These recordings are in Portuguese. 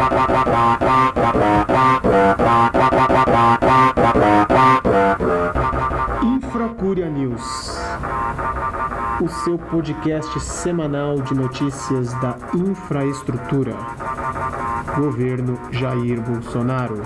Infracúria News, o seu podcast semanal de notícias da infraestrutura. Governo Jair Bolsonaro.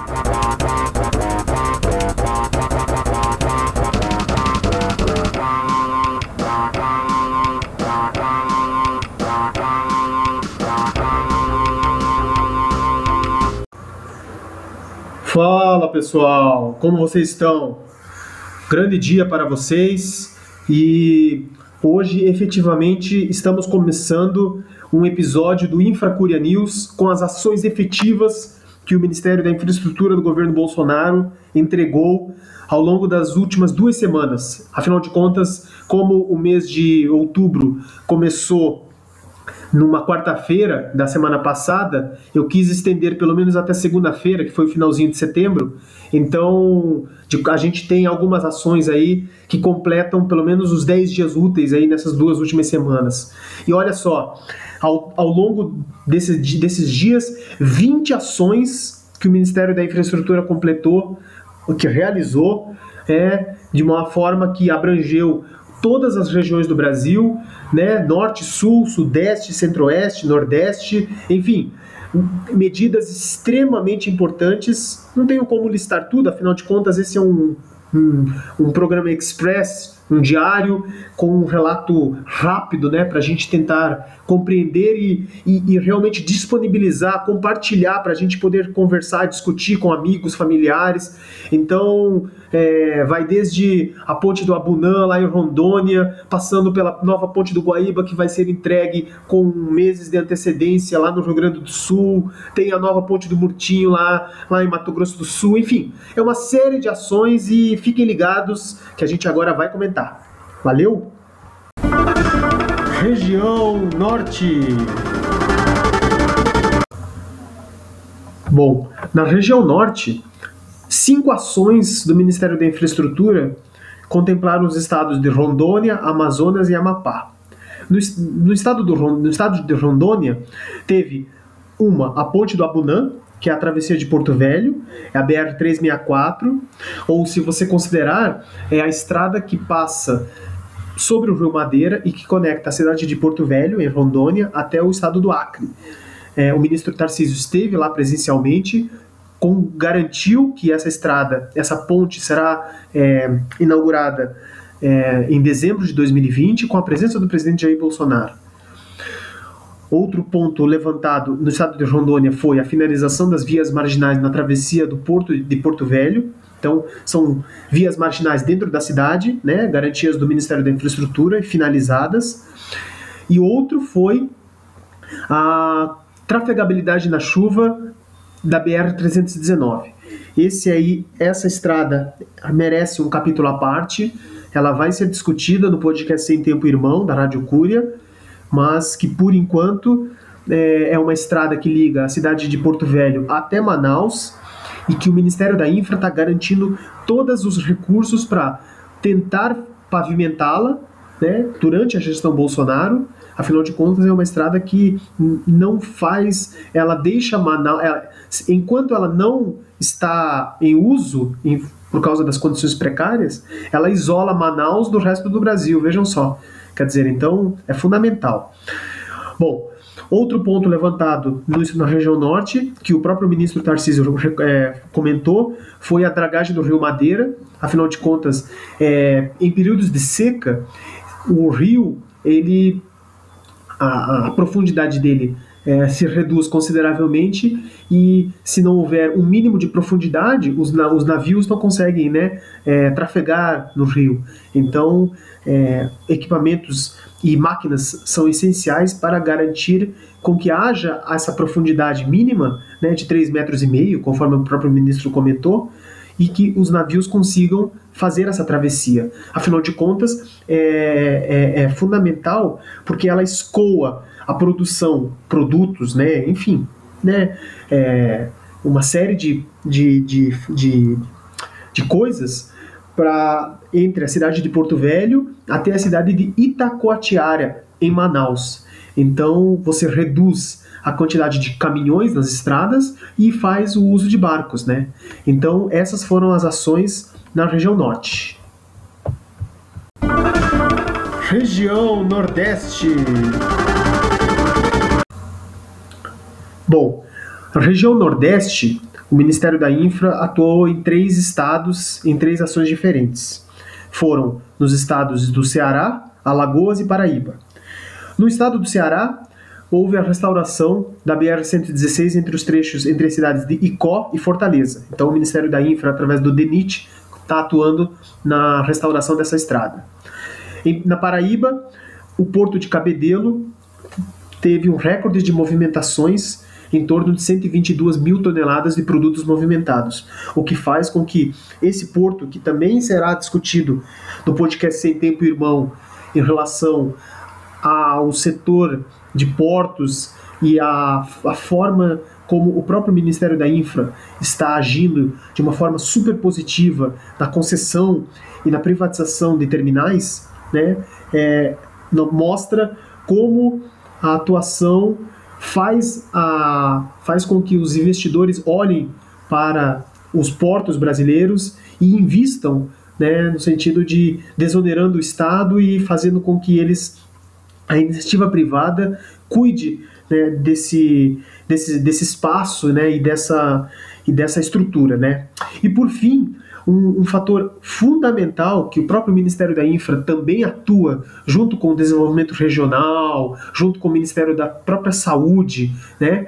Fala pessoal, como vocês estão? Grande dia para vocês e hoje efetivamente estamos começando um episódio do Infracúria News com as ações efetivas que o Ministério da Infraestrutura do governo Bolsonaro entregou ao longo das últimas 2 semanas. Afinal de contas, como o mês de outubro começou numa quarta-feira da semana passada, eu quis estender pelo menos até segunda-feira, que foi o finalzinho de setembro. Então, a gente tem algumas ações aí que completam pelo menos os 10 dias úteis aí nessas 2 últimas semanas. E olha só, ao longo desses dias, 20 ações que o Ministério da Infraestrutura completou, que realizou, de uma forma que abrangeu todas as regiões do Brasil, né? Norte, Sul, Sudeste, Centro-Oeste, Nordeste, enfim, medidas extremamente importantes. Não tenho como listar tudo, afinal de contas esse é um programa express, um diário com um relato rápido, né, para a gente tentar compreender e realmente disponibilizar, compartilhar, para a gente poder conversar, discutir com amigos, familiares. Então, vai desde a ponte do Abunã, lá em Rondônia, passando pela nova ponte do Guaíba, que vai ser entregue com meses de antecedência lá no Rio Grande do Sul, tem a nova ponte do Murtinho lá em Mato Grosso do Sul, enfim, é uma série de ações e fiquem ligados que a gente agora vai comentar. Valeu! Região Norte. Bom, na região Norte, 5 ações do Ministério da Infraestrutura contemplaram os estados de Rondônia, Amazonas e Amapá. No estado de Rondônia, teve a ponte do Abunã, que é a travessia de Porto Velho, é a BR-364, ou se você considerar, é a estrada que passa sobre o Rio Madeira e que conecta a cidade de Porto Velho, em Rondônia, até o estado do Acre. O ministro Tarcísio esteve lá presencialmente, garantiu que essa ponte será inaugurada em dezembro de 2020, com a presença do presidente Jair Bolsonaro. Outro ponto levantado no estado de Rondônia foi a finalização das vias marginais na travessia do Porto de Porto Velho. Então, são vias marginais dentro da cidade, né, garantias do Ministério da Infraestrutura e finalizadas. E outro foi a trafegabilidade na chuva da BR-319. Essa estrada merece um capítulo à parte. Ela vai ser discutida no podcast Sem Tempo Irmão, da Rádio Cúria, mas que, por enquanto, é uma estrada que liga a cidade de Porto Velho até Manaus e que o Ministério da Infra está garantindo todos os recursos para tentar pavimentá-la, né, durante a gestão Bolsonaro. Afinal de contas, é uma estrada que ela deixa Manaus, enquanto ela não está em uso, por causa das condições precárias, ela isola Manaus do resto do Brasil, vejam só. Quer dizer, então, é fundamental. Bom, outro ponto levantado na região norte, que o próprio ministro Tarcísio comentou, foi a dragagem do Rio Madeira. Afinal de contas, em períodos de seca, o rio, a profundidade dele se reduz consideravelmente e, se não houver um mínimo de profundidade, os navios não conseguem, né, trafegar no rio. Então, equipamentos e máquinas são essenciais para garantir com que haja essa profundidade mínima, né, de 3,5 metros, conforme o próprio ministro comentou, e que os navios consigam fazer essa travessia. Afinal de contas, é fundamental porque ela escoa a produtos, né, enfim, né, uma série de coisas entre a cidade de Porto Velho até a cidade de Itacoatiara, em Manaus. Então, você reduz a quantidade de caminhões nas estradas e faz o uso de barcos, né? Então, essas foram as ações na região norte. Região Nordeste. Bom, a região Nordeste, o Ministério da Infra atuou em 3 estados, em 3 ações diferentes. Foram nos estados do Ceará, Alagoas e Paraíba. No estado do Ceará, houve a restauração da BR-116 entre os trechos entre as cidades de Icó e Fortaleza. Então, o Ministério da Infra, através do DENIT, está atuando na restauração dessa estrada. Na Paraíba, o porto de Cabedelo teve um recorde de movimentações em torno de 122 mil toneladas de produtos movimentados, o que faz com que esse porto, que também será discutido no podcast Sem Tempo Irmão, em relação ao setor de portos e a forma como o próprio Ministério da Infra está agindo de uma forma super positiva na concessão e na privatização de terminais, né, mostra como a atuação faz com que os investidores olhem para os portos brasileiros e invistam, né, no sentido de desonerando o Estado e fazendo com que a iniciativa privada cuide, né, desse espaço, né, e dessa estrutura, né. E por fim, um fator fundamental que o próprio Ministério da Infra também atua junto com o desenvolvimento regional, junto com o Ministério da própria Saúde, né,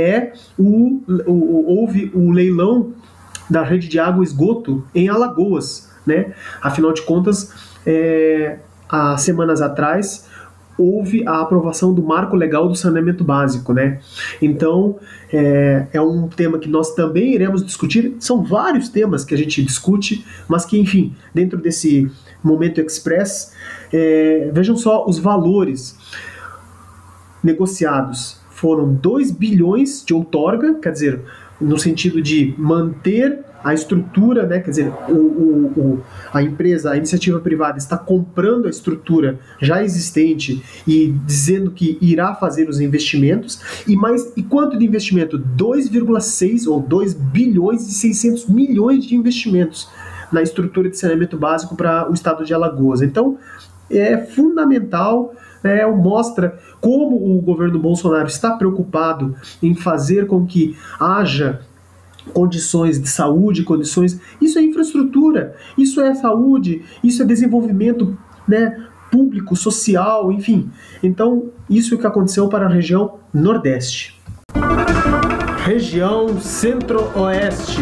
houve o leilão da rede de água e esgoto em Alagoas, né. Afinal de contas, há semanas atrás houve a aprovação do marco legal do saneamento básico, né? Então, é um tema que nós também iremos discutir. São vários temas que a gente discute, mas que, enfim, dentro desse momento express, vejam só os valores negociados. Foram 2 bilhões de outorga, quer dizer, no sentido de manter a estrutura, né, quer dizer, a empresa, a iniciativa privada está comprando a estrutura já existente e dizendo que irá fazer os investimentos, e quanto de investimento? 2,6 ou 2 bilhões e 600 milhões de investimentos na estrutura de saneamento básico para o estado de Alagoas. Então, é fundamental, mostra como o governo Bolsonaro está preocupado em fazer com que haja condições de saúde, isso é infraestrutura, isso é saúde, isso é desenvolvimento, né, público, social, enfim. Então, isso é o que aconteceu para a região Nordeste. Região Centro-Oeste.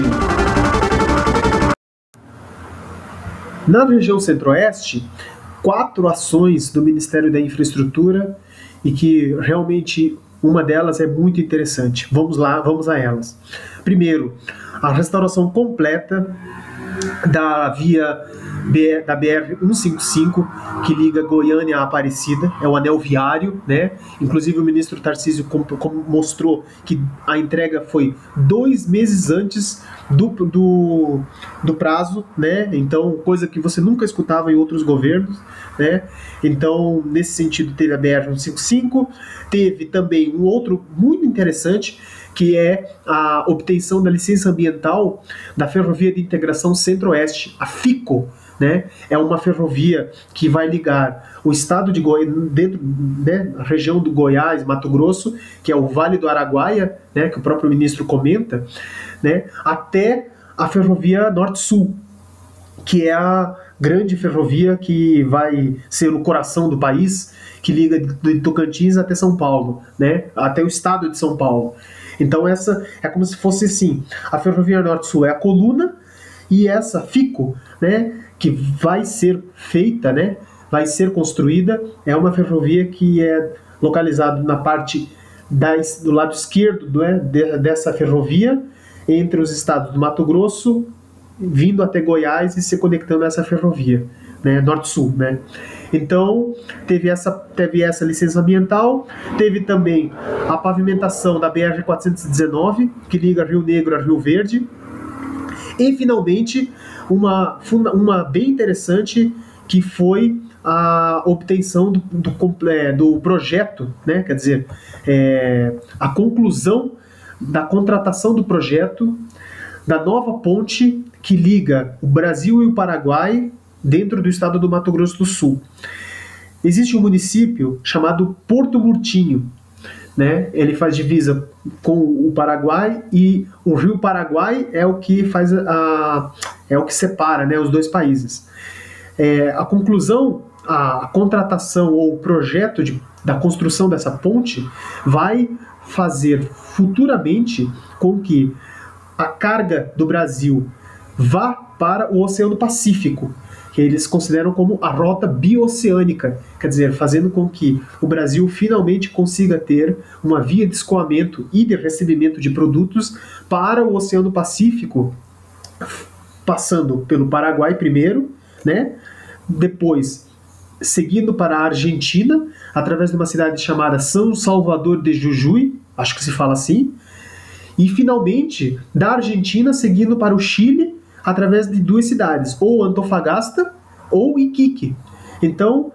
Na região Centro-Oeste, 4 ações do Ministério da Infraestrutura e que realmente uma delas é muito interessante. Vamos lá, vamos a elas. Primeiro, a restauração completa da via da BR-155, que liga Goiânia a Aparecida, é o anel viário, né? Inclusive o ministro Tarcísio mostrou que a entrega foi 2 meses antes do prazo, né? Então, coisa que você nunca escutava em outros governos, né? Então, nesse sentido, teve a BR-155, teve também um outro muito interessante, que é a obtenção da licença ambiental da Ferrovia de Integração Centro-Oeste, a FICO, né? É uma ferrovia que vai ligar o estado de Goiás, dentro, né, a região do Goiás, Mato Grosso, que é o Vale do Araguaia, né, que o próprio ministro comenta, né, até a ferrovia Norte-Sul, que é a grande ferrovia que vai ser o coração do país, que liga de Tocantins até São Paulo, né, até o estado de São Paulo. Então essa é como se fosse assim, a ferrovia Norte-Sul é a coluna, e essa FICO, né, que vai ser feita, né, vai ser construída, é uma ferrovia que é localizada na parte do lado esquerdo, né, dessa ferrovia, entre os estados do Mato Grosso, vindo até Goiás e se conectando a essa ferrovia, né, Norte-Sul, né. Então, teve essa licença ambiental, teve também a pavimentação da BR-419, que liga Rio Negro a Rio Verde, e, finalmente, uma bem interessante, que foi a obtenção do projeto, né? Quer dizer, a conclusão da contratação do projeto da nova ponte que liga o Brasil e o Paraguai dentro do estado do Mato Grosso do Sul. Existe um município chamado Porto Murtinho, né? Ele faz divisa com o Paraguai e o Rio Paraguai é o que faz é o que separa, né, os dois países. A conclusão, a contratação ou o projeto da construção dessa ponte vai fazer futuramente com que a carga do Brasil vá para o Oceano Pacífico, que eles consideram como a rota bioceânica, quer dizer, fazendo com que o Brasil finalmente consiga ter uma via de escoamento e de recebimento de produtos para o Oceano Pacífico, passando pelo Paraguai primeiro, né? Depois seguindo para a Argentina, através de uma cidade chamada São Salvador de Jujuy, acho que se fala assim, e finalmente da Argentina seguindo para o Chile através de duas cidades, ou Antofagasta ou Iquique. Então,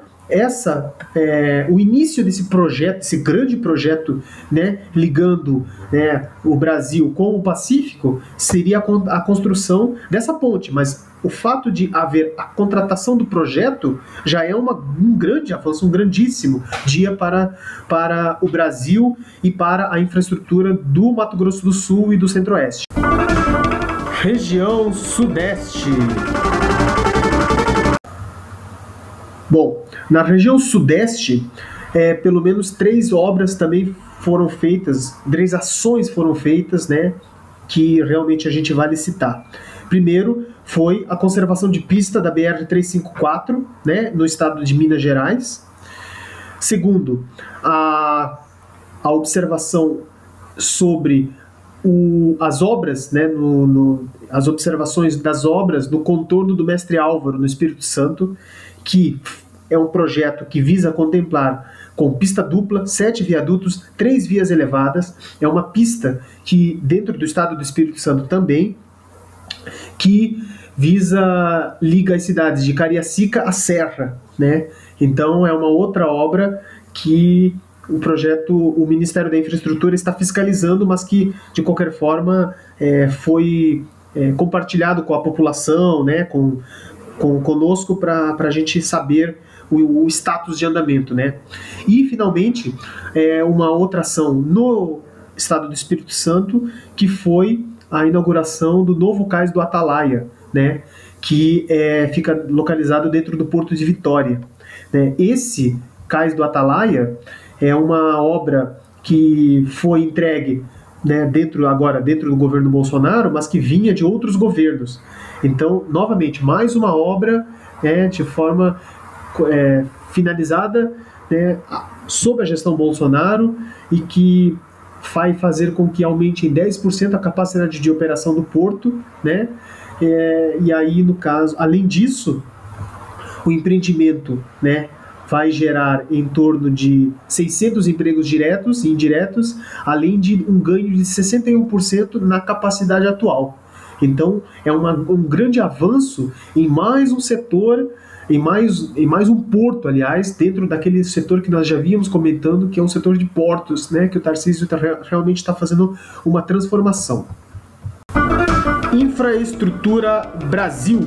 o início desse projeto, esse grande projeto, né, ligando, né, o Brasil com o Pacífico, seria a construção dessa ponte, mas o fato de haver a contratação do projeto já é um grande avanço, um grandíssimo dia para o Brasil e para a infraestrutura do Mato Grosso do Sul e do Centro-Oeste. Região Sudeste. Bom, na região Sudeste, pelo menos 3 obras também foram feitas, 3 ações foram feitas, né, que realmente a gente vale citar. Primeiro foi a conservação de pista da BR-354, né, no estado de Minas Gerais. Segundo, a observação sobre as obras, né, as observações das obras no contorno do Mestre Álvaro, no Espírito Santo, que é um projeto que visa contemplar com pista dupla, 7 viadutos, 3 vias elevadas. É uma pista que, dentro do estado do Espírito Santo também, que liga as cidades de Cariacica à Serra, né? Então é uma outra obra que o Ministério da Infraestrutura está fiscalizando, mas que, de qualquer forma, foi compartilhado com a população, né, conosco, para a gente saber o status de andamento, né? E, finalmente, uma outra ação no estado do Espírito Santo, que foi a inauguração do novo cais do Atalaia, né, que fica localizado dentro do Porto de Vitória, né? Esse cais do Atalaia é uma obra que foi entregue, né, dentro do governo Bolsonaro, mas que vinha de outros governos. Então, novamente, mais uma obra de forma finalizada, né, sob a gestão Bolsonaro, e que vai fazer com que aumente em 10% a capacidade de operação do porto, né? E aí, no caso, além disso, o empreendimento, né, vai gerar em torno de 600 empregos diretos e indiretos, além de um ganho de 61% na capacidade atual. Então, é um grande avanço em mais um setor, em mais um porto, aliás, dentro daquele setor que nós já vínhamos comentando, que é um setor de portos, né, que o Tarcísio realmente está fazendo uma transformação. Infraestrutura Brasil.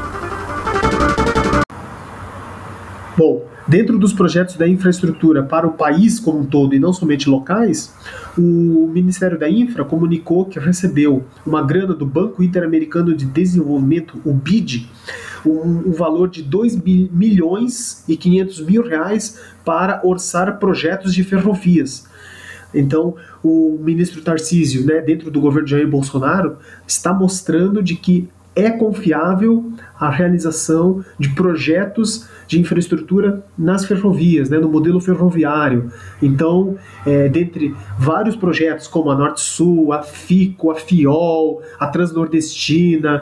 Bom, dentro dos projetos da infraestrutura para o país como um todo e não somente locais, o Ministério da Infra comunicou que recebeu uma grana do Banco Interamericano de Desenvolvimento, o BID, um valor de 2.500.000 reais para orçar projetos de ferrovias. Então, o ministro Tarcísio, né, dentro do governo de Jair Bolsonaro, está mostrando de que é confiável a realização de projetos de infraestrutura nas ferrovias, né, no modelo ferroviário. Então, dentre vários projetos como a Norte-Sul, a FICO, a FIOL, a Transnordestina,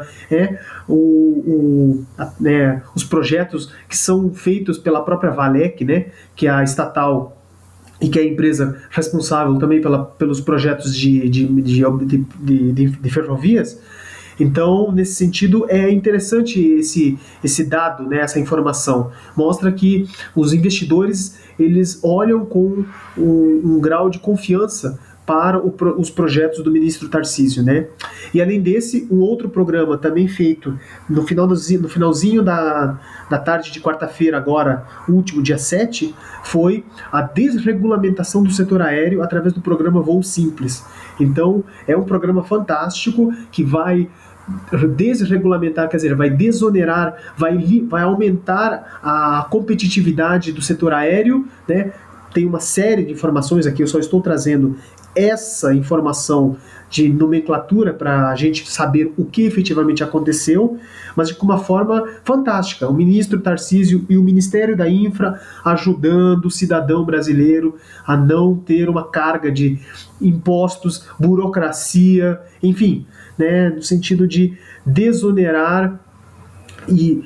os projetos que são feitos pela própria Valec, né, que é a estatal e que é a empresa responsável também pelos projetos de ferrovias, Então, nesse sentido, é interessante esse dado, né, essa informação. Mostra que os investidores eles olham com um grau de confiança para os projetos do ministro Tarcísio, né? E além desse, um outro programa também feito no finalzinho da tarde de quarta-feira, agora, último, dia 7, foi a desregulamentação do setor aéreo através do programa Voo Simples. Então, é um programa fantástico que vai desregulamentar, quer dizer, vai desonerar, vai aumentar a competitividade do setor aéreo, né? Tem uma série de informações aqui, eu só estou trazendo essa informação de nomenclatura para a gente saber o que efetivamente aconteceu, mas de uma forma fantástica. O ministro Tarcísio e o Ministério da Infra ajudando o cidadão brasileiro a não ter uma carga de impostos, burocracia, enfim, né, no sentido de desonerar e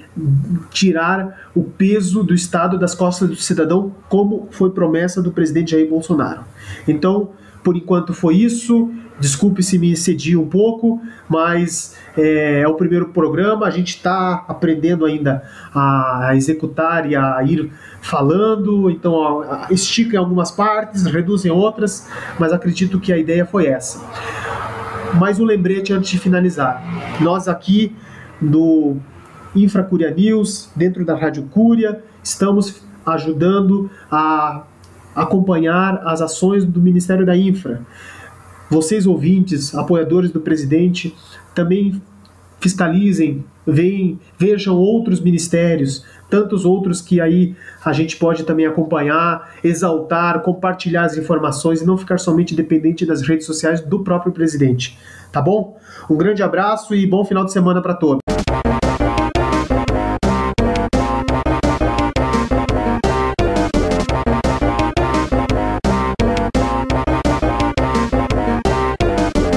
tirar o peso do Estado das costas do cidadão, como foi promessa do presidente Jair Bolsonaro. Então, por enquanto foi isso. Desculpe se me excedi um pouco, mas é o primeiro programa, a gente está aprendendo ainda a executar e a ir falando, então estica em algumas partes, reduz em outras, mas acredito que a ideia foi essa. Mais um lembrete antes de finalizar. Nós aqui do Infracúria News, dentro da Rádio Cúria, estamos ajudando a acompanhar as ações do Ministério da Infra. Vocês ouvintes, apoiadores do presidente, também fiscalizem, vejam outros ministérios, tantos outros que aí a gente pode também acompanhar, exaltar, compartilhar as informações e não ficar somente dependente das redes sociais do próprio presidente. Tá bom? Um grande abraço e bom final de semana para todos.